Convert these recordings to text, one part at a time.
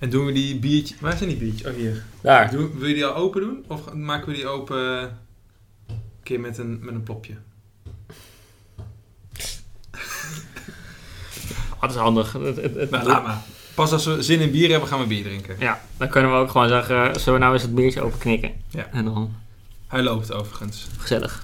En doen we die biertjes... Waar zijn die biertjes? Oh, hier. Daar. Wil je die al open doen? Of maken we die open een keer met een plopje? Dat is handig. Laat maar. Pas als we zin in bier hebben, gaan we bier drinken. Ja, dan kunnen we ook gewoon zeggen, zullen we nou eens het biertje openknikken? Ja. En dan... Hij loopt overigens. Gezellig.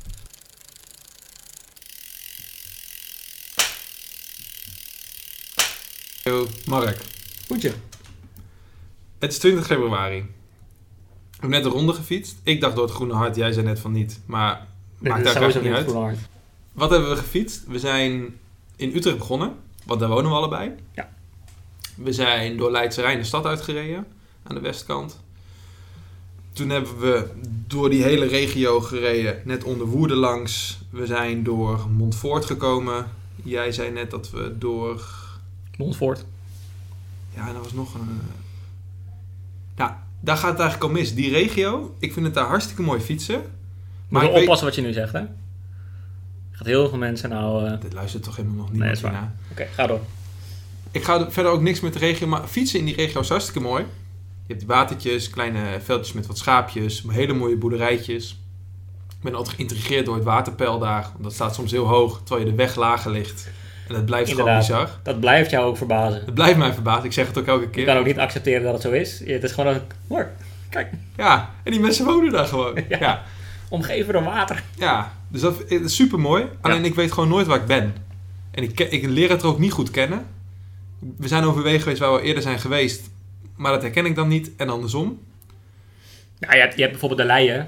Yo, Mark. Goedje. Het is 20 februari. Ik heb net een ronde gefietst. Ik dacht door het Groene Hart, jij zei net van niet. Maar maakt daar eigenlijk niet uit. Wat hebben we gefietst? We zijn in Utrecht begonnen, want daar wonen we allebei. Ja. We zijn door Leidse Rijn de stad uitgereden, aan de westkant. Toen hebben we door die hele regio gereden, net onder Woerden langs. We zijn door Montfort gekomen. Jij zei net dat we door... Montfort. Ja, en er was nog een... Ja, daar gaat het eigenlijk al mis. Die regio, ik vind het daar hartstikke mooi fietsen. Maar je oppassen wat je nu zegt, hè? Gaat heel veel mensen nou... Dit luistert toch helemaal nog niet. Nee, dat is waar. Oké, ga door. Ik ga verder ook niks met de regio, maar fietsen in die regio is hartstikke mooi. Je hebt die watertjes, kleine veldjes met wat schaapjes, hele mooie boerderijtjes. Ik ben altijd geïntrigeerd door het waterpeil daar, want dat staat soms heel hoog, terwijl je de weg lager ligt. En dat blijft Inderdaad, gewoon bizar. Dat blijft jou ook verbazen. Het blijft mij verbazen, ik zeg het ook elke keer. Je kan ook niet accepteren dat het zo is. Het is gewoon mooi. Kijk. Ja, en die mensen wonen daar gewoon. Ja. Omgeven door water. Ja, dus dat is super mooi. Alleen ik weet gewoon nooit waar ik ben. En ik leer het er ook niet goed kennen. We zijn overwegen geweest waar we eerder zijn geweest. Maar dat herken ik dan niet. En andersom. Ja, je hebt bijvoorbeeld de Leien.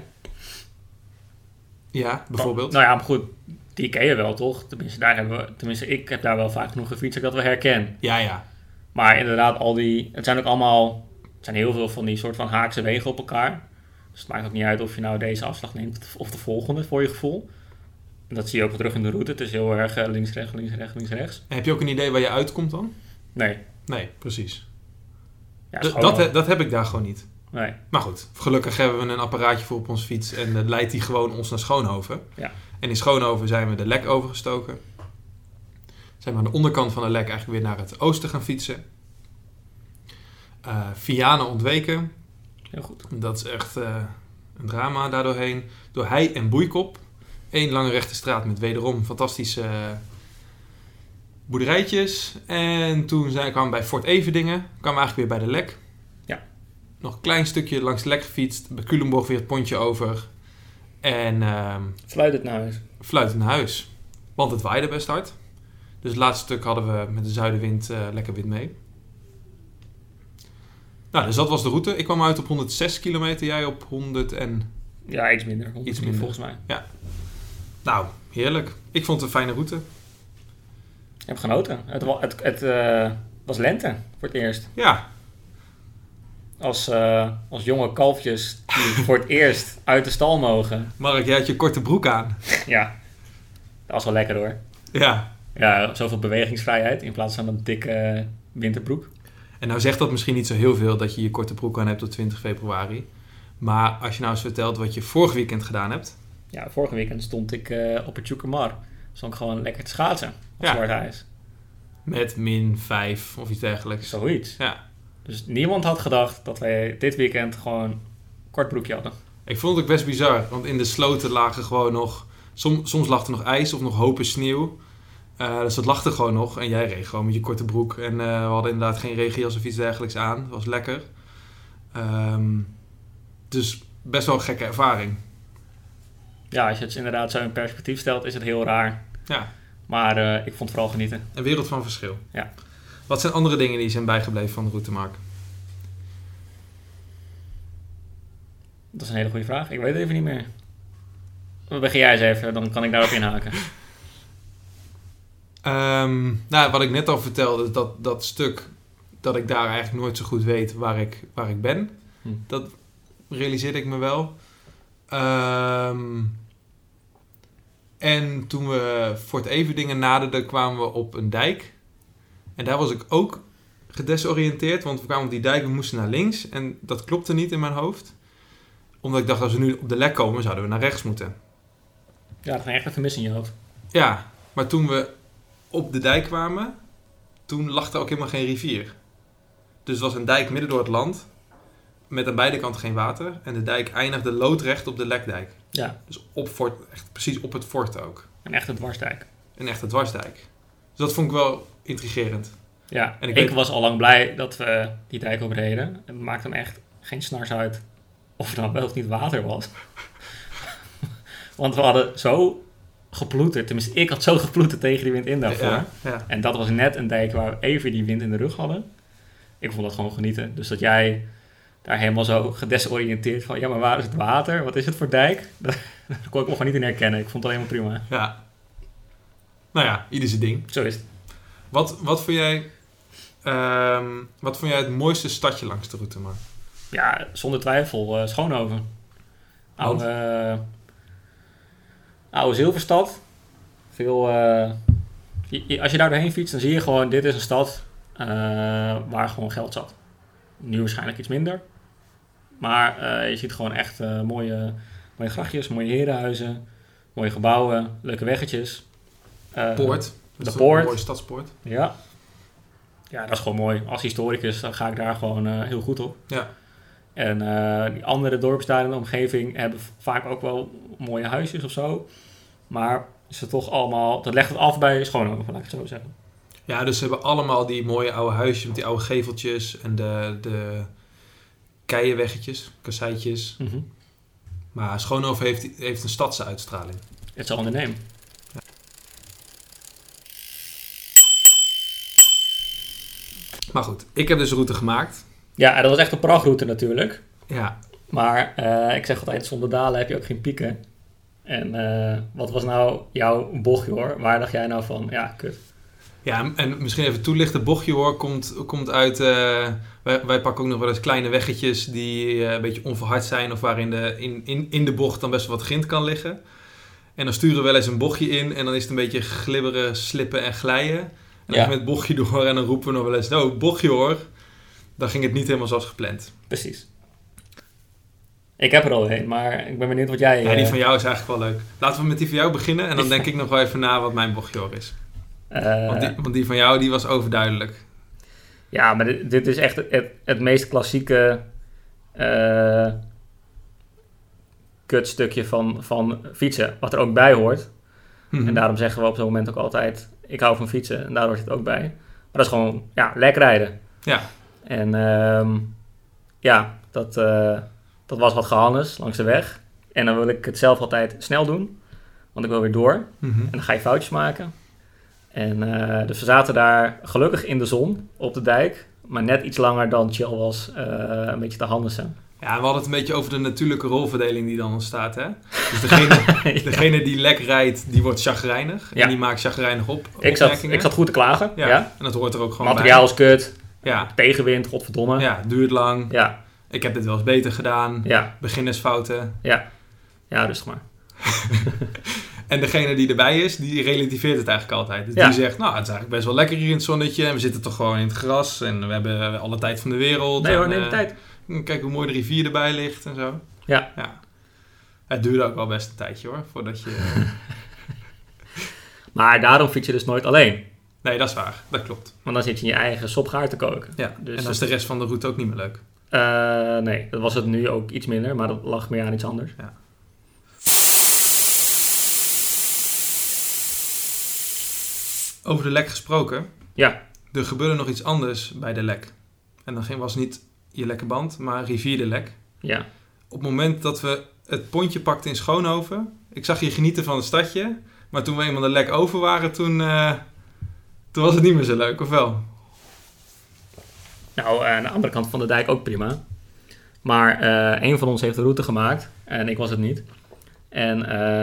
Ja, bijvoorbeeld. Nou ja, maar goed. Die ken je wel, toch? Tenminste, ik heb daar wel vaak genoeg gefietst dat we herkennen. Ja. Maar inderdaad, het zijn ook allemaal... Het zijn heel veel van die soort van haakse wegen op elkaar. Dus het maakt ook niet uit of je nou deze afslag neemt of de volgende, voor je gevoel. En dat zie je ook wel terug in de route. Het is heel erg links, rechts, links, rechts, links, rechts. En heb je ook een idee waar je uitkomt dan? Nee, precies. Ja, dat heb ik daar gewoon niet. Nee. Maar goed, gelukkig hebben we een apparaatje voor op ons fiets. En dan leidt die gewoon ons naar Schoonhoven. Ja. En in Schoonhoven zijn we de Lek overgestoken. Zijn we aan de onderkant van de Lek eigenlijk weer naar het oosten gaan fietsen. Vianen ontweken. Heel goed. Dat is echt een drama daardoorheen. Door Hei en Boeikop. 1 lange rechte straat met wederom fantastische boerderijtjes. En toen kwamen we bij Fort Everdingen. Kwamen we eigenlijk weer bij de Lek. Ja. Nog een klein stukje langs de Lek gefietst. Bij Culemborg weer het pontje over. En fluitend naar huis. Fluitend naar huis. Want het waaide best hard. Dus het laatste stuk hadden we met de zuidenwind lekker wind mee. Nou, dus dat was de route. Ik kwam uit op 106 kilometer. Jij op 100 en... Ja, iets minder. Iets minder volgens mij. Ja. Nou, heerlijk. Ik vond het een fijne route. Ik heb genoten. Het was lente voor het eerst. Ja. Als jonge kalfjes die voor het eerst uit de stal mogen. Mark, jij had je korte broek aan. Ja. Dat was wel lekker hoor. Ja. Ja, zoveel bewegingsvrijheid in plaats van een dikke winterbroek. En nou zegt dat misschien niet zo heel veel dat je je korte broek aan hebt op 20 februari. Maar als je nou eens vertelt wat je vorig weekend gedaan hebt. Ja, vorige weekend stond ik op het Tjoekermar. Stond ik gewoon lekker te schaatsen op zwart ijs. Met -5 of iets dergelijks. Zoiets. Ja. Dus niemand had gedacht dat wij dit weekend gewoon kort broekje hadden. Ik vond het ook best bizar. Want in de sloten lagen gewoon nog... Soms lag er nog ijs of nog hopen sneeuw. Dus dat lag er gewoon nog. En jij reed gewoon met je korte broek. En we hadden inderdaad geen regenjas of iets dergelijks aan. Dat was lekker. Dus best wel een gekke ervaring. Ja, als je het inderdaad zo in perspectief stelt, is het heel raar. Ja. Maar ik vond het vooral genieten. Een wereld van verschil. Ja. Wat zijn andere dingen die zijn bijgebleven van de route, Mark? Dat is een hele goede vraag. Ik weet het even niet meer. Begin jij eens even, dan kan ik daarop inhaken. Nou, wat ik net al vertelde, dat stuk dat ik daar eigenlijk nooit zo goed weet waar ik ben. Dat realiseerde ik me wel. En toen we Fort Everdingen naderden, kwamen we op een dijk. En daar was ik ook gedesoriënteerd, want we kwamen op die dijk, we moesten naar links. En dat klopte niet in mijn hoofd. Omdat ik dacht, als we nu op de Lek komen, zouden we naar rechts moeten. Ja, dat ging echt even mis in je hoofd. Ja, maar toen we op de dijk kwamen, toen lag er ook helemaal geen rivier. Dus het was een dijk midden door het land. Met aan beide kanten geen water. En de dijk eindigde loodrecht op de lekdijk. Ja. Dus echt precies op het fort ook. Een echte dwarsdijk. Een echte dwarsdijk. Dus dat vond ik wel intrigerend. Ja, En ik was al lang blij dat we die dijk opreden. Het maakte hem echt geen snars uit of er nou wel of niet water was. Want we hadden zo geploeterd. Tenminste, ik had zo geploeterd tegen die wind in daarvoor. Ja. En dat was net een dijk waar we even die wind in de rug hadden. Ik vond dat gewoon genieten. Dus dat jij daar helemaal zo gedesoriënteerd van... Ja, maar waar is het water? Wat is het voor dijk? Daar kon ik me gewoon niet in herkennen. Ik vond het helemaal prima. Ja. Nou ja, ieder zijn ding. Zo is het. Wat vond jij het mooiste stadje langs de route, man? Ja, zonder twijfel. Schoonhoven. Oude Zilverstad. Veel... als je daar doorheen fietst, dan zie je gewoon... Dit is een stad waar gewoon geld zat. Nu waarschijnlijk iets minder. Maar je ziet gewoon echt mooie grachtjes, mooie herenhuizen, mooie gebouwen, leuke weggetjes. Poort. De Poort. Een mooie stadspoort. Ja. Ja, dat is gewoon mooi. Als historicus dan ga ik daar gewoon heel goed op. Ja. En die andere dorpen daar in de omgeving hebben vaak ook wel mooie huisjes of zo. Maar is het toch allemaal... Dat legt het af bij Schoonhoven, laat ik het zo zeggen. Ja, dus ze hebben allemaal die mooie oude huisjes met die oude geveltjes en de keienweggetjes, kasseitjes. Mm-hmm. Maar Schoonhoven heeft een stadse uitstraling. Het zal ondernemen. Ja. Maar goed, ik heb dus een route gemaakt. Ja, en dat was echt een prachtroute natuurlijk. Ja. Maar ik zeg altijd, zonder dalen heb je ook geen pieken. En wat was nou jouw bochtje hoor? Waar dacht jij nou van, ja, kut. Ja, en misschien even toelichten. Bochtje hoor komt uit... Wij pakken ook nog wel eens kleine weggetjes die een beetje onverhard zijn... of waarin in de bocht dan best wel wat grind kan liggen. En dan sturen we wel eens een bochtje in... en dan is het een beetje glibberen, slippen en glijden. En dan gaan we met het bochtje door en dan roepen we nog wel eens... Nou, bochtje hoor. Dan ging het niet helemaal zoals gepland. Precies. Ik heb er al een, maar ik ben benieuwd wat jij... Ja, die van jou is eigenlijk wel leuk. Laten we met die van jou beginnen... en dan denk ik nog wel even na wat mijn bochtje hoor is. Want die van jou, die was overduidelijk. Ja, maar dit is echt het meest klassieke kutstukje van fietsen. Wat er ook bij hoort. Mm-hmm. En daarom zeggen we op zo'n moment ook altijd... Ik hou van fietsen en daar hoort het ook bij. Maar dat is gewoon, ja, lekker rijden. Ja. En dat was wat gehannes langs de weg. En dan wil ik het zelf altijd snel doen. Want ik wil weer door. Mm-hmm. En dan ga je foutjes maken. En dus we zaten daar gelukkig in de zon op de dijk. Maar net iets langer dan chill was een beetje te hannissen. Ja, we hadden het een beetje over de natuurlijke rolverdeling die dan ontstaat. Hè? Dus degene die lek rijdt, die wordt chagrijnig. Ja. En die maakt chagrijnig op. Ik zat goed te klagen. Ja. Ja. En dat hoort er ook gewoon Materiaal bij. Materiaal is kut. Ja. Tegenwind, godverdomme. Ja, duurt lang. Ja. Ik heb dit wel eens beter gedaan. Ja. Beginnersfouten. Ja. Ja, rustig maar. En degene die erbij is, die relativeert het eigenlijk altijd. Dus die zegt, nou, het is eigenlijk best wel lekker hier in het zonnetje. En we zitten toch gewoon in het gras. En we hebben alle tijd van de wereld. Nee hoor, neem de tijd. Kijk hoe mooi de rivier erbij ligt en zo. Ja. Het duurde ook wel best een tijdje hoor, voordat je... Maar daarom fiets je dus nooit alleen. Nee, dat is waar. Dat klopt. Want dan zit je in je eigen sopgaar te koken. Ja, dus en dan is de rest van de route ook niet meer leuk. Nee, dat was het nu ook iets minder. Maar dat lag meer aan iets anders. Ja. Over de lek gesproken. Ja. Er gebeurde nog iets anders bij de lek. En dan was niet je lekke band, maar rivier de lek. Ja. Op het moment dat we het pontje pakten in Schoonhoven... Ik zag je genieten van het stadje. Maar toen we eenmaal de lek over waren, toen was het niet meer zo leuk, of wel? Nou, aan de andere kant van de dijk ook prima. Maar een van ons heeft de route gemaakt. En ik was het niet. En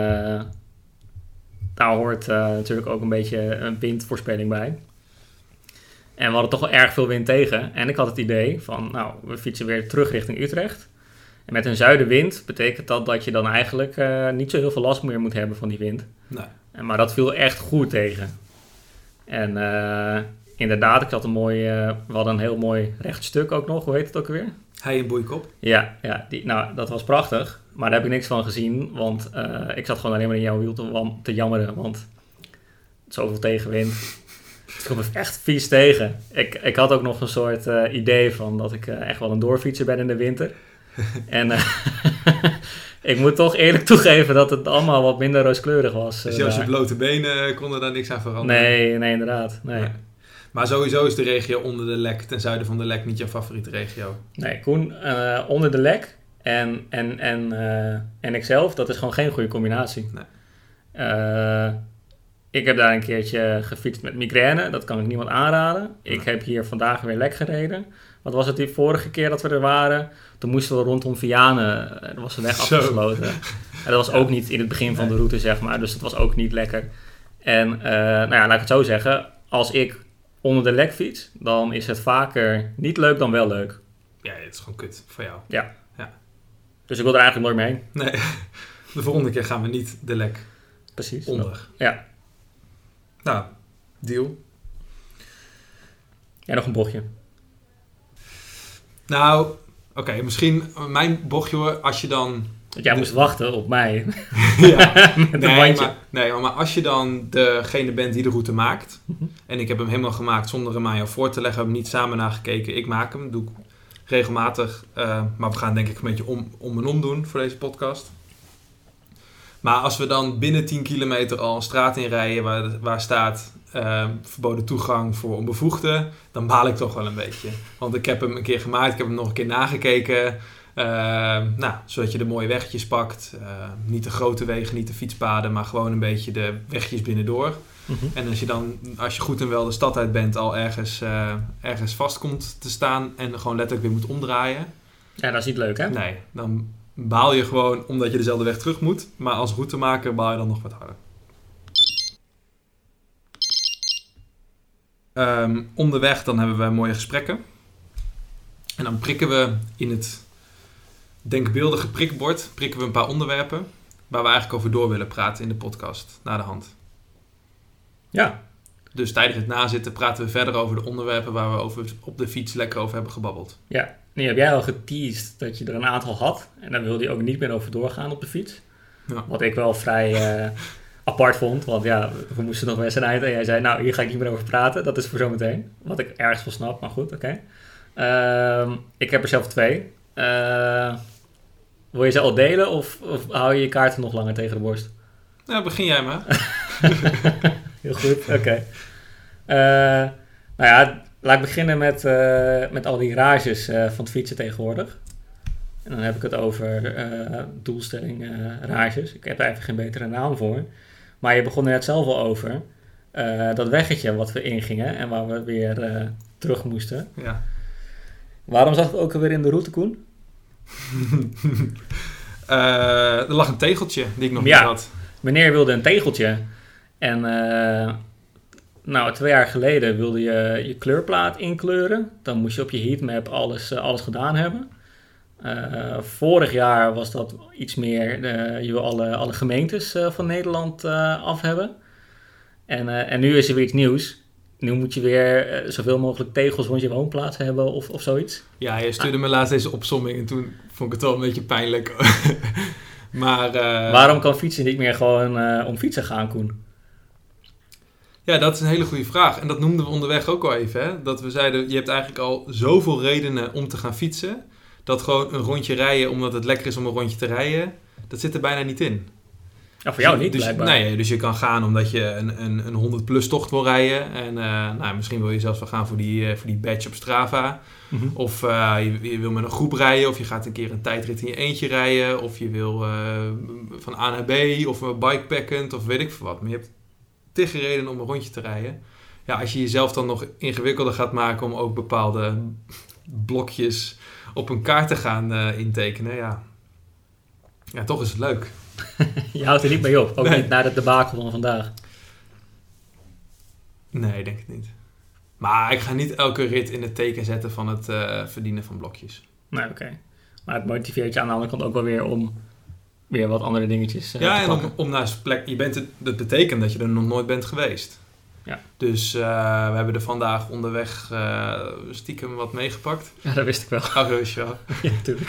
daar hoort natuurlijk ook een beetje een windvoorspelling bij. En we hadden toch wel erg veel wind tegen. En ik had het idee van, nou, we fietsen weer terug richting Utrecht. En met een zuidenwind betekent dat je dan eigenlijk niet zo heel veel last meer moet hebben van die wind. Nee. Maar dat viel echt goed tegen. En inderdaad, we hadden een heel mooi rechtstuk ook nog. Hoe heet het ook weer? Hei en Boeikop. Ja, dat was prachtig. Maar daar heb ik niks van gezien. Want ik zat gewoon alleen maar in jouw wiel te jammeren. Want zoveel tegenwind. Het komt me echt vies tegen. Ik had ook nog een soort idee van dat ik echt wel een doorfietser ben in de winter. En ik moet toch eerlijk toegeven dat het allemaal wat minder rooskleurig was. Dus als je blote benen konden daar niks aan veranderen? Nee, inderdaad. Nee. Maar sowieso is de regio onder de Lek, ten zuiden van de Lek, niet jouw favoriete regio? Nee, Koen, onder de Lek en ikzelf, dat is gewoon geen goede combinatie. Nee. Ik heb daar een keertje gefietst met migraine. Dat kan ik niemand aanraden. Ik heb hier vandaag weer Lek gereden. Wat was het die vorige keer dat we er waren? Toen moesten we rondom Vianen. Er was de weg afgesloten. En dat was ook niet in het begin van de route, zeg maar. Dus dat was ook niet lekker. En laat ik het zo zeggen. Als ik onder de Lek fiets, dan is het vaker niet leuk dan wel leuk. Ja, het is gewoon kut voor jou. Ja. Dus ik wil er eigenlijk nooit mee heen. Nee, de volgende keer gaan we niet de Lek precies onder. Ja. Nou, deal. En nog een bochtje. Nou, oké, misschien mijn bochtje, als je dan... Jij moest wachten op mij. Ja. Met een bandje. Maar als je dan degene bent die de route maakt... en ik heb hem helemaal gemaakt zonder hem aan jou voor te leggen... we hebben niet samen nagekeken. Ik maak hem, doe ik regelmatig. Maar we gaan denk ik een beetje om en om doen voor deze podcast. Maar als we dan binnen 10 kilometer al een straat inrijden... waar staat verboden toegang voor onbevoegden... dan baal ik toch wel een beetje. Want ik heb hem een keer gemaakt, ik heb hem nog een keer nagekeken... zodat je de mooie weggetjes pakt. Niet de grote wegen, niet de fietspaden, maar gewoon een beetje de wegjes binnendoor. Mm-hmm. En als je goed en wel de stad uit bent, al ergens vast komt te staan en gewoon letterlijk weer moet omdraaien. Ja, dat is niet leuk, hè? Nee, dan baal je gewoon omdat je dezelfde weg terug moet. Maar als routemaker baal je dan nog wat harder. Onderweg dan hebben we mooie gesprekken. En dan prikken we in het denkbeeldige prikbord prikken we een paar onderwerpen waar we eigenlijk over door willen praten in de podcast, na de hand. Ja. Dus tijdens het nazitten praten we verder over de onderwerpen waar we op de fiets lekker over hebben gebabbeld. Ja, nu heb jij al geteased dat je er een aantal had en daar wilde je ook niet meer over doorgaan op de fiets. Ja. Wat ik wel vrij apart vond, want ja, we moesten nog eens een eind en jij zei, nou, hier ga ik niet meer over praten, dat is voor zometeen. Wat ik ergens van snap, maar goed, oké. Ik heb er zelf 2. Wil je ze al delen of hou je je kaarten nog langer tegen de borst? Nou, begin jij maar. Heel goed, oké. Laat ik beginnen met al die rages van het fietsen tegenwoordig. En dan heb ik het over doelstelling rages. Ik heb er even geen betere naam voor. Maar je begon er net zelf al over. Dat weggetje wat we ingingen en waar we weer terug moesten. Ja. Waarom zat het ook alweer in de route, Koen? Er lag een tegeltje die ik nog niet had. Meneer wilde een tegeltje. En 2 jaar geleden wilde je je kleurplaat inkleuren. Dan moest je op je heatmap alles gedaan hebben. Vorig jaar was dat iets meer. Je wil alle gemeentes van Nederland af hebben. En nu is er weer iets nieuws. Nu moet je weer zoveel mogelijk tegels rond je woonplaats hebben of zoiets. Ja, je stuurde me laatst deze opsomming en toen vond ik het wel een beetje pijnlijk. Maar, waarom kan fietsen niet meer gewoon om fietsen gaan, Koen? Ja, dat is een hele goede vraag. En dat noemden we onderweg ook al even. Hè? Dat we zeiden, je hebt eigenlijk al zoveel redenen om te gaan fietsen. Dat gewoon een rondje rijden omdat het lekker is om een rondje te rijden, dat zit er bijna niet in. Ja, voor jou niet, blijkbaar. Nee, dus je kan gaan omdat je een 100-plus tocht wil rijden. En misschien wil je zelfs wel gaan voor die badge op Strava. Mm-hmm. Of je wil met een groep rijden. Of je gaat een keer een tijdrit in je eentje rijden. Of je wil van A naar B. Of bikepackend. Of weet ik veel wat. Maar je hebt tegen reden om een rondje te rijden. Ja, als je jezelf dan nog ingewikkelder gaat maken om ook bepaalde blokjes op een kaart te gaan intekenen. Ja, toch is het leuk. Je houdt er niet mee op, ook niet na het debakel van vandaag. Nee, denk ik niet. Maar ik ga niet elke rit in het teken zetten van het verdienen van blokjes. Nee, oké. Maar het motiveert je aan de andere kant ook wel weer om weer wat andere dingetjes te pakken. En om naar zijn plek... Dat betekent dat je er nog nooit bent geweest. Ja. Dus we hebben er vandaag onderweg stiekem wat meegepakt. Ja, dat wist ik wel. Oh, dat wist je wel. Ja, natuurlijk.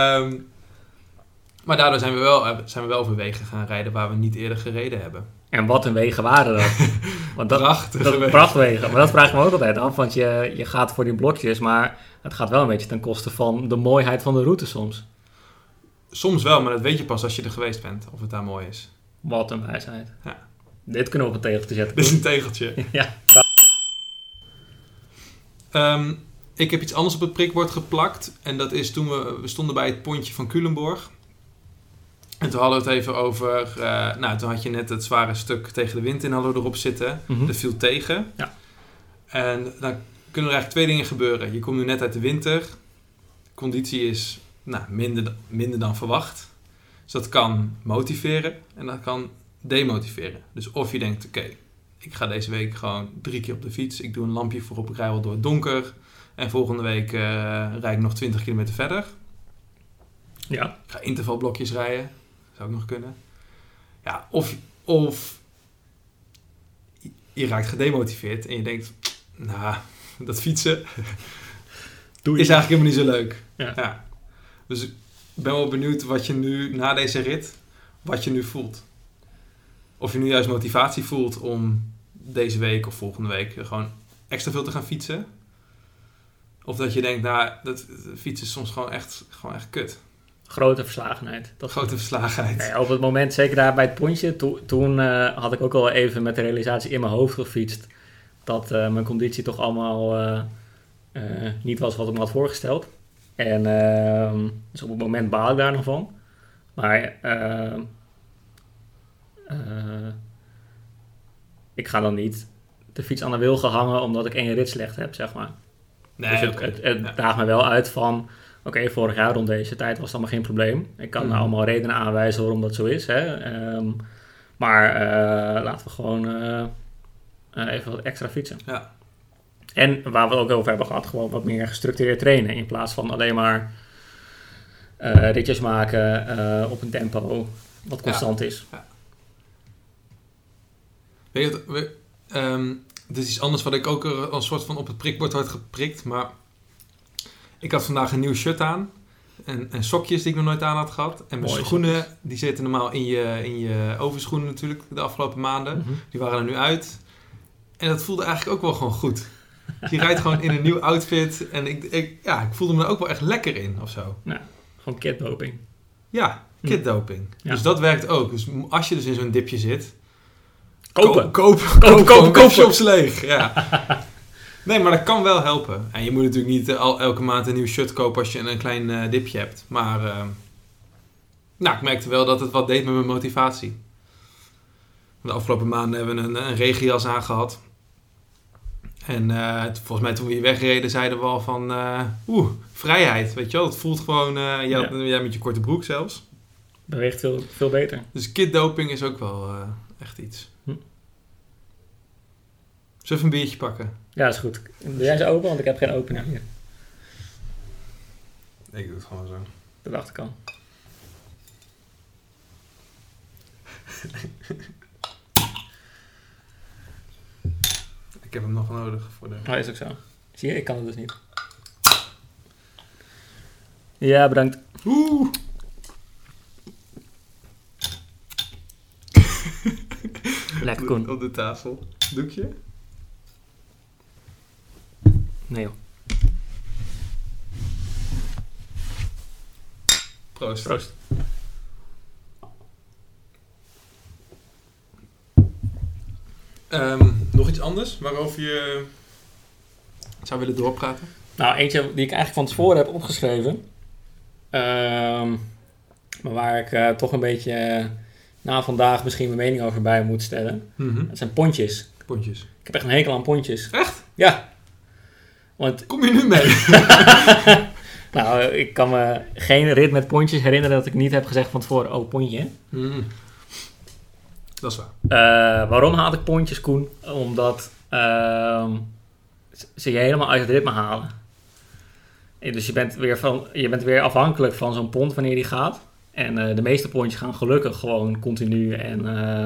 Maar daardoor zijn we wel over wegen gaan rijden waar we niet eerder gereden hebben. En wat een wegen waren dat? Want Prachtige prachtwegen. Maar dat vraag ik me ook altijd af, want je gaat voor die blokjes, maar het gaat wel een beetje ten koste van de mooiheid van de route soms. Soms wel, maar dat weet je pas als je er geweest bent, of het daar mooi is. Wat een wijsheid. Ja. Dit kunnen we op een tegeltje zetten. Dit is een tegeltje. Ja. Ik heb iets anders op het prikbord geplakt. En dat is toen we stonden bij het pontje van Culemborg. En toen hadden we het even over... toen had je net het zware stuk tegen de wind in hadden we erop zitten. Mhm. Dat viel tegen. Ja. En dan kunnen er eigenlijk 2 dingen gebeuren. Je komt nu net uit de winter. De conditie is minder dan verwacht. Dus dat kan motiveren en dat kan demotiveren. Dus of je denkt, oké, ik ga deze week gewoon 3 keer op de fiets. Ik doe een lampje voorop, ik rij wel door het donker. En volgende week rijd ik nog 20 kilometer verder. Ja. Ik ga intervalblokjes rijden. Zou ook nog kunnen. Ja, of je raakt gedemotiveerd en je denkt, dat fietsen is eigenlijk helemaal niet zo leuk. Ja. Dus ik ben wel benieuwd wat je nu, na deze rit, wat je nu voelt. Of je nu juist motivatie voelt om deze week of volgende week gewoon extra veel te gaan fietsen. Of dat je denkt, dat fietsen is soms gewoon echt kut. Grote verslagenheid. Grote verslagenheid. Nee, op het moment, zeker daar bij het pontje, toen had ik ook al even met de realisatie in mijn hoofd gefietst dat mijn conditie toch allemaal niet was wat ik me had voorgesteld. En dus op het moment baal ik daar nog van. Maar ik ga dan niet de fiets aan de wiel gehangen omdat ik 1 rit slecht heb, zeg maar. Nee, dus het daagt me wel uit van... Oké, vorig jaar rond deze tijd was het allemaal geen probleem. Ik kan allemaal redenen aanwijzen waarom dat zo is. Hè? Maar laten we gewoon even wat extra fietsen. Ja. En waar we het ook over hebben gehad, gewoon wat meer gestructureerd trainen. In plaats van alleen maar ritjes maken op een tempo wat constant is. Ja. Weet je, dit is iets anders wat ik ook een soort van op het prikbord had geprikt. Maar ik had vandaag een nieuw shirt aan. En sokjes die ik nog nooit aan had gehad. En mijn schoenen, die zitten normaal in je overschoenen natuurlijk de afgelopen maanden. Mm-hmm. Die waren er nu uit. En dat voelde eigenlijk ook wel gewoon goed. Je rijdt gewoon in een nieuw outfit. En ik voelde me er ook wel echt lekker in of zo. Ja, gewoon kitdoping. Ja, kitdoping. Ja. Dus dat werkt ook. Dus als je dus in zo'n dipje zit... Kopen. Shops leeg. Ja. Nee, maar dat kan wel helpen. En je moet natuurlijk niet elke maand een nieuw shirt kopen als je een klein dipje hebt. Maar ik merkte wel dat het wat deed met mijn motivatie. De afgelopen maanden hebben we een regenjas aangehad. En volgens mij toen we hier wegreden zeiden we al van... vrijheid, weet je wel. Het voelt gewoon... jij met je korte broek zelfs. Beweegt veel beter. Dus kitdoping is ook wel echt iets. Zullen we een biertje pakken? Ja, is goed. Doe jij ze open, want ik heb geen opener hier. Ik doe het gewoon zo. Dat dacht ik al. Ik heb hem nog nodig voor de... Oh, is ook zo. Zie je, ik kan het dus niet. Ja, bedankt. Lekker, Koen. Op de tafel. Doekje? Nee joh. Proost. Proost. Nog iets anders waarover je zou willen doorpraten? Nou, eentje die ik eigenlijk van tevoren heb opgeschreven. Maar waar ik toch een beetje na vandaag misschien mijn mening over bij moet stellen. Mm-hmm. Dat zijn pontjes. Pontjes. Ik heb echt een hekel aan pontjes. Echt? Ja. Want... Kom je nu mee? Nou, ik kan me geen rit met pontjes herinneren dat ik niet heb gezegd van tevoren, oh, pontje. Mm. Dat is waar. Waarom haal ik pontjes, Koen? Omdat ze je helemaal uit het ritme halen. Dus je bent weer afhankelijk van zo'n pont wanneer die gaat. En de meeste pontjes gaan gelukkig gewoon continu. En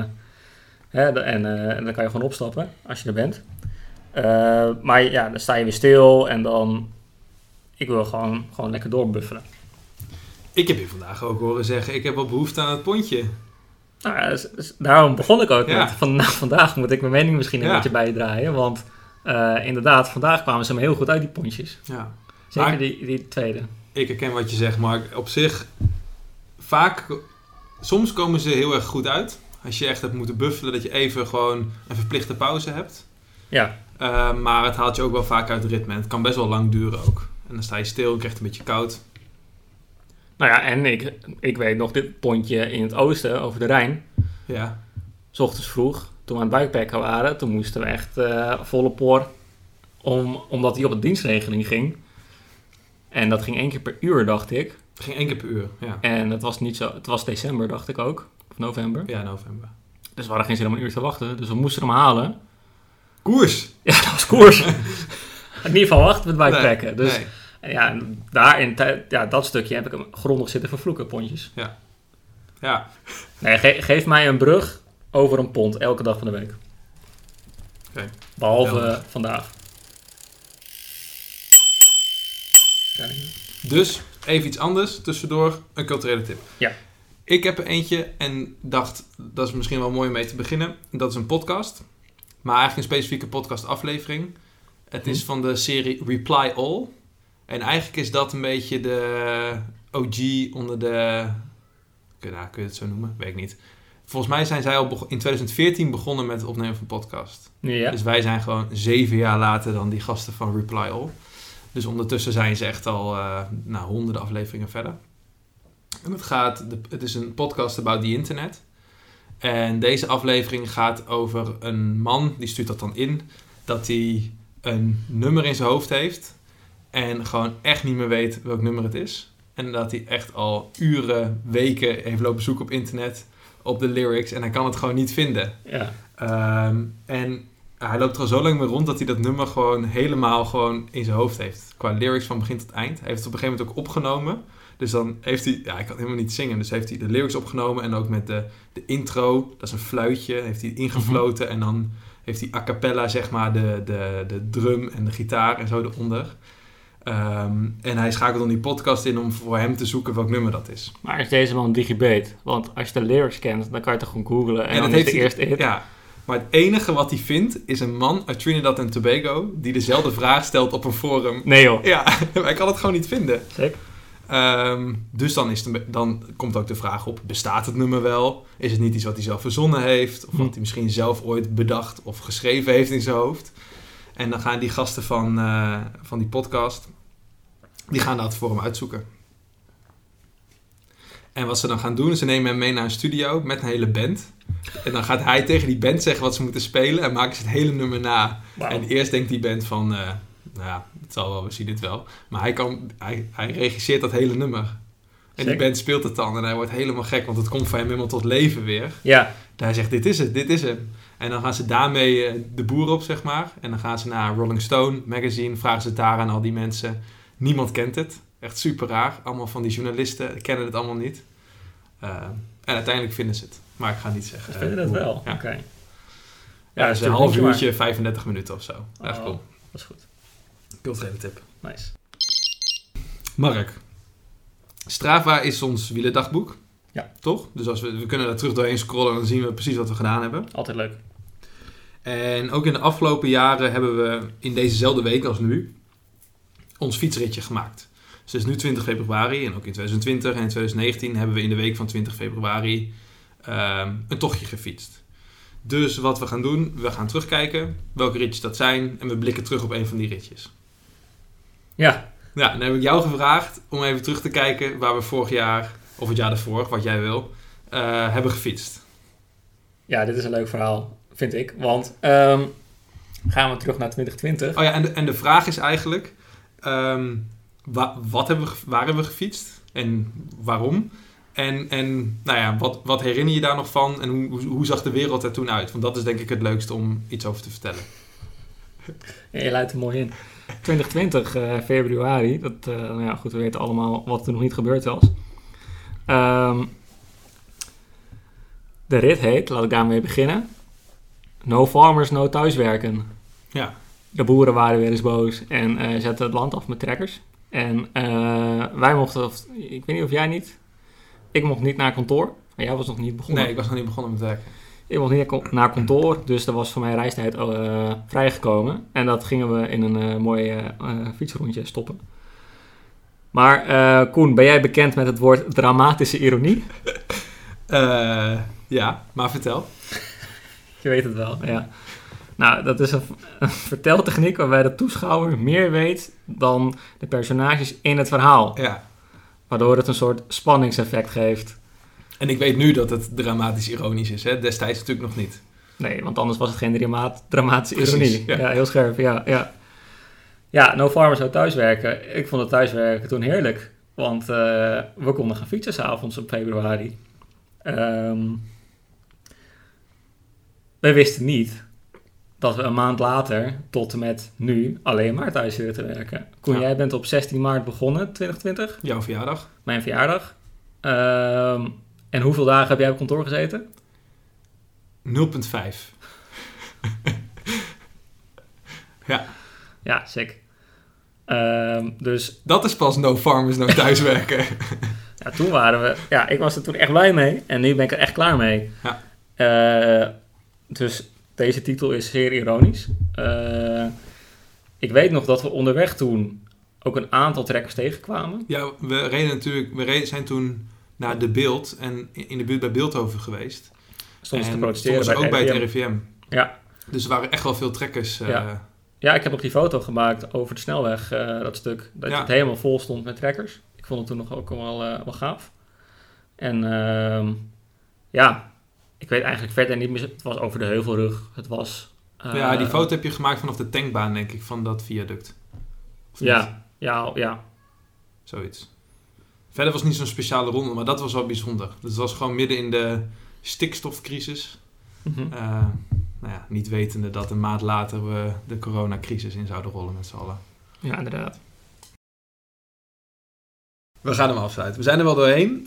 dan kan je gewoon opstappen als je er bent. Maar ja, dan sta je weer stil en dan... Ik wil gewoon lekker doorbuffelen. Ik heb je vandaag ook horen zeggen, ik heb wel behoefte aan het pontje. Nou ja, daarom begon ik ook Ja. met vandaag moet ik mijn mening misschien een Ja. beetje bijdraaien. Want inderdaad, vandaag kwamen ze me heel goed uit, die pontjes. Ja. Zeker Maar- die tweede. Ik herken wat je zegt, maar op zich... Soms komen ze heel erg goed uit. Als je echt hebt moeten buffelen, dat je even gewoon een verplichte pauze hebt. Ja, Maar het haalt je ook wel vaak uit het ritme. En het kan best wel lang duren ook. En dan sta je stil en krijg je het een beetje koud. nou ja, en ik weet nog dit pontje in het oosten over de Rijn. Ja. 's Ochtends vroeg, toen we aan het buikpacken waren, toen moesten we echt volle poor, omdat hij op een dienstregeling ging. En dat ging 1 keer per uur, dacht ik. Het ging 1 keer per uur. Ja. En het was niet zo, het was december, dacht ik ook. Of november. Ja, november. Dus we hadden geen zin om een uur te wachten. Dus we moesten hem halen. Koers! Ja, dat was koers. In ieder geval wachten met buikpacken. Nee, Dus nee. ja, daarin, dat stukje heb ik hem grondig zitten vervloeken, pontjes. Ja. Nee, geef mij een brug over een pont elke dag van de week. Oké. Behalve Helder. vandaag. Ja, Dus, even iets anders tussendoor. Een culturele tip. Ja. Ik heb er eentje en dacht, dat is misschien wel mooi om mee te beginnen. Dat is een podcast. Maar eigenlijk een specifieke podcast aflevering. Het is van de serie Reply All. En eigenlijk is dat een beetje de OG onder de... kun je het zo noemen? Weet ik niet. Volgens mij zijn zij al in 2014 begonnen met het opnemen van podcast. Ja. Dus wij zijn gewoon 7 jaar later dan die gasten van Reply All. Dus ondertussen zijn ze echt al honderden afleveringen verder. En het is een podcast about the internet. En deze aflevering gaat over een man, die stuurt dat dan in, dat hij een nummer in zijn hoofd heeft en gewoon echt niet meer weet welk nummer het is. En dat hij echt al uren, weken heeft lopen zoeken op internet, op de lyrics, en hij kan het gewoon niet vinden. Ja. En hij loopt er al zo lang mee rond dat hij dat nummer gewoon helemaal gewoon in zijn hoofd heeft. Qua lyrics van begin tot eind. Hij heeft het op een gegeven moment ook opgenomen. Dus dan heeft hij... Ja, hij kan helemaal niet zingen. Dus heeft hij de lyrics opgenomen en ook met de intro. Dat is een fluitje. Heeft hij ingefloten. En dan heeft hij a cappella, zeg maar, de drum en de gitaar en zo eronder. En hij schakelt dan die podcast in om voor hem te zoeken welk nummer dat is. Maar is deze man digibet? Want als je de lyrics kent, dan kan je toch gewoon googlen en En dan dat is de heeft eerste hit. Ja, maar het enige wat hij vindt is een man uit Trinidad en Tobago die dezelfde vraag stelt op een forum. Nee joh. Ja, hij kan het gewoon niet vinden. Zeker. Dus dan komt ook de vraag op, bestaat het nummer wel? Is het niet iets wat hij zelf verzonnen heeft? Of wat hij misschien zelf ooit bedacht of geschreven heeft in zijn hoofd? En dan gaan die gasten van die podcast, die gaan dat voor hem uitzoeken. En wat ze dan gaan doen, ze nemen hem mee naar een studio met een hele band. En dan gaat hij tegen die band zeggen wat ze moeten spelen en maken ze het hele nummer na. Wauw. En eerst denkt die band van, nou ja, het zal wel, we zien dit wel. Maar hij regisseert dat hele nummer. En die Zeker. band speelt het dan en hij wordt helemaal gek, want het komt voor hem helemaal tot leven weer. Ja. En hij zegt, dit is hem. En dan gaan ze daarmee de boer op, zeg maar. En dan gaan ze naar Rolling Stone magazine, vragen ze het daar aan al die mensen. Niemand kent het. Echt super raar. Allemaal van die journalisten kennen het allemaal niet. En uiteindelijk vinden ze het. Maar ik ga niet zeggen. Ze vinden dat hoe. wel. Ja. Oké. Ja, dus een stuur half linkje maar. uurtje, 35 minuten of zo. Echt Oh. cool. Dat is goed. Culturele tip. Nice. Mark. Strava is ons wielerdagboek. Ja. Toch? Dus als we kunnen daar terug doorheen scrollen en dan zien we precies wat we gedaan hebben. Altijd leuk. En ook in de afgelopen jaren hebben we in dezezelfde week als nu ons fietsritje gemaakt. Dus het is nu 20 februari en ook in 2020 en in 2019 hebben we in de week van 20 februari een tochtje gefietst. Dus wat we gaan doen, we gaan terugkijken welke ritjes dat zijn en we blikken terug op een van die ritjes. Ja. Ja, dan heb ik jou gevraagd om even terug te kijken waar we vorig jaar, of het jaar daarvoor, wat jij wil, hebben gefietst. Ja, dit is een leuk verhaal, vind ik. Want gaan we terug naar 2020. Oh ja, en de vraag is eigenlijk, waar hebben we gefietst en waarom? En nou ja, wat herinner je daar nog van en hoe zag de wereld er toen uit? Want dat is denk ik het leukste om iets over te vertellen. Ja, je leidt er mooi in. 2020, februari. Dat, nou ja, goed, we weten allemaal wat er nog niet gebeurd was. De rit heet, laat ik daarmee beginnen. No farmers, no thuiswerken. Ja. De boeren waren weer eens boos en zetten het land af met trekkers. En wij mochten, ik weet niet of jij niet, ik mocht niet naar kantoor Maar jij was nog niet begonnen. Nee, ik was nog niet begonnen met werken. Ik was niet naar kantoor, dus er was voor mij reistijd vrijgekomen. En dat gingen we in een mooi fietsrondje stoppen. Maar Koen, ben jij bekend met het woord dramatische ironie? Ja, maar vertel. Je weet het wel, ja. Nou, dat is een verteltechniek waarbij de toeschouwer meer weet dan de personages in het verhaal. Ja. Waardoor het een soort spanningseffect geeft. En ik weet nu dat het dramatisch ironisch is, hè? Destijds natuurlijk nog niet. Nee, want anders was het geen dramatische Precies, ironie. ja. Ja, heel scherp, ja. Ja, No Farmer zou thuiswerken. Ik vond het thuiswerken toen heerlijk. Want we konden gaan fietsen 's avonds op februari. We wisten niet dat we een maand later tot en met nu alleen maar thuis zitten te werken. Koen, jij bent op 16 maart begonnen, 2020. Jouw verjaardag? Mijn verjaardag. En hoeveel dagen heb jij op kantoor gezeten? 0,5. Ja. Ja, sick. Dus Dat is pas no farmers, no thuiswerken. ja, toen waren we... Ja, ik was er toen echt blij mee. En nu ben ik er echt klaar mee. Ja. Dus deze titel is zeer ironisch. Ik weet nog dat we onderweg toen ook een aantal trekkers tegenkwamen. Ja, we zijn toen naar De Beeld en in de buurt bij Beeldhoven geweest. Stonden ze En te protesteren stonden ze ook bij het RIVM. RIVM. Ja. Dus er waren echt wel veel trekkers. Ja, ik heb ook die foto gemaakt over de snelweg, dat stuk. Dat het helemaal vol stond met trekkers. Ik vond het toen nog ook wel gaaf. En ik weet eigenlijk verder niet meer. Het was over de Heuvelrug. Het was... ja, die foto heb je gemaakt vanaf de tankbaan, denk ik, van dat viaduct. Of niet? Ja. Zoiets. Verder was het niet zo'n speciale ronde, maar dat was wel bijzonder. Dus het was gewoon midden in de stikstofcrisis. Mm-hmm. Niet wetende dat een maand later we de coronacrisis in zouden rollen met z'n allen. Ja, inderdaad. We gaan hem afsluiten. We zijn er wel doorheen.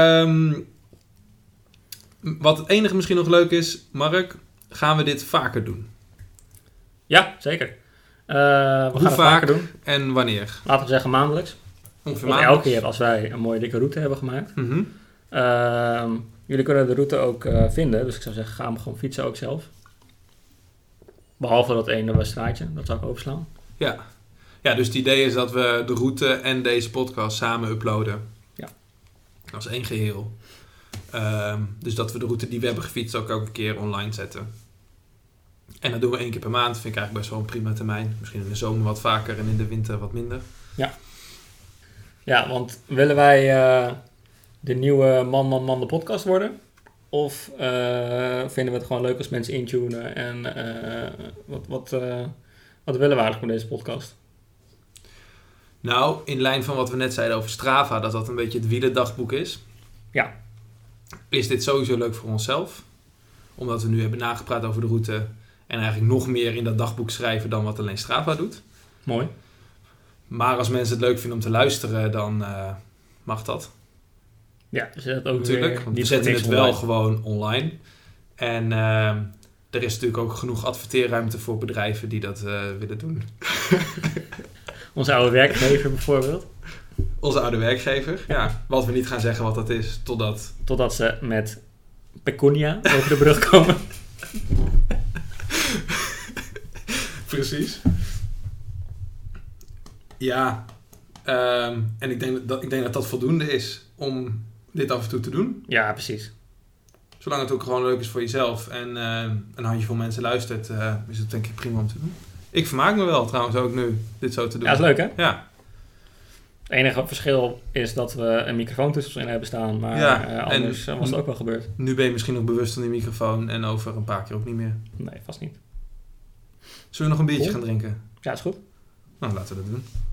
Wat het enige misschien nog leuk is, Mark, gaan we dit vaker doen? Ja, zeker. We gaan het vaak vaker doen. En wanneer? Laten we zeggen maandelijks. Ongeveer Of maandelijks. elke keer als wij een mooie dikke route hebben gemaakt. Mhm. Jullie kunnen de route ook vinden. Dus ik zou zeggen, ga hem gewoon fietsen ook zelf. Behalve dat ene straatje. Dat zou ik overslaan. Ja, dus het idee is dat we de route en deze podcast samen uploaden. Ja. Als één geheel. Dus dat we de route die we hebben gefietst ook elke keer online zetten. En dat doen we 1 keer per maand. Vind ik eigenlijk best wel een prima termijn. Misschien in de zomer wat vaker en in de winter wat minder. Ja, want willen wij de nieuwe Man de podcast worden? Of vinden we het gewoon leuk als mensen intunen? En wat willen we eigenlijk met deze podcast? Nou, in lijn van wat we net zeiden over Strava, dat een beetje het wielerdagboek is. Ja. Is dit sowieso leuk voor onszelf. Omdat we nu hebben nagepraat over de route. En eigenlijk nog meer in dat dagboek schrijven dan wat alleen Strava doet. Mooi. Maar als mensen het leuk vinden om te luisteren, dan mag dat. Ja, dus dat ook Natuurlijk, weer want we niet zetten niks het wel online. gewoon online. En er is natuurlijk ook genoeg adverteerruimte voor bedrijven die dat willen doen. Onze oude werkgever bijvoorbeeld. Onze oude werkgever, ja. Wat we niet gaan zeggen wat dat is, Totdat ze met pecunia over de brug komen. Precies. Ja. En ik denk dat dat voldoende is om dit af en toe te doen. Ja, precies. Zolang het ook gewoon leuk is voor jezelf en een handjevol mensen luistert, is het denk ik prima om te doen. Ik vermaak me wel trouwens ook nu dit zo te doen. Ja, is leuk hè? Ja. Het enige verschil is dat we een microfoon tussen ons in hebben staan. Maar anders was het ook wel gebeurd. Nu ben je misschien nog bewust van die microfoon en over een paar keer ook niet meer. Nee, vast niet. Zullen we nog een biertje gaan drinken? Ja, is goed. Nou, laten we dat doen.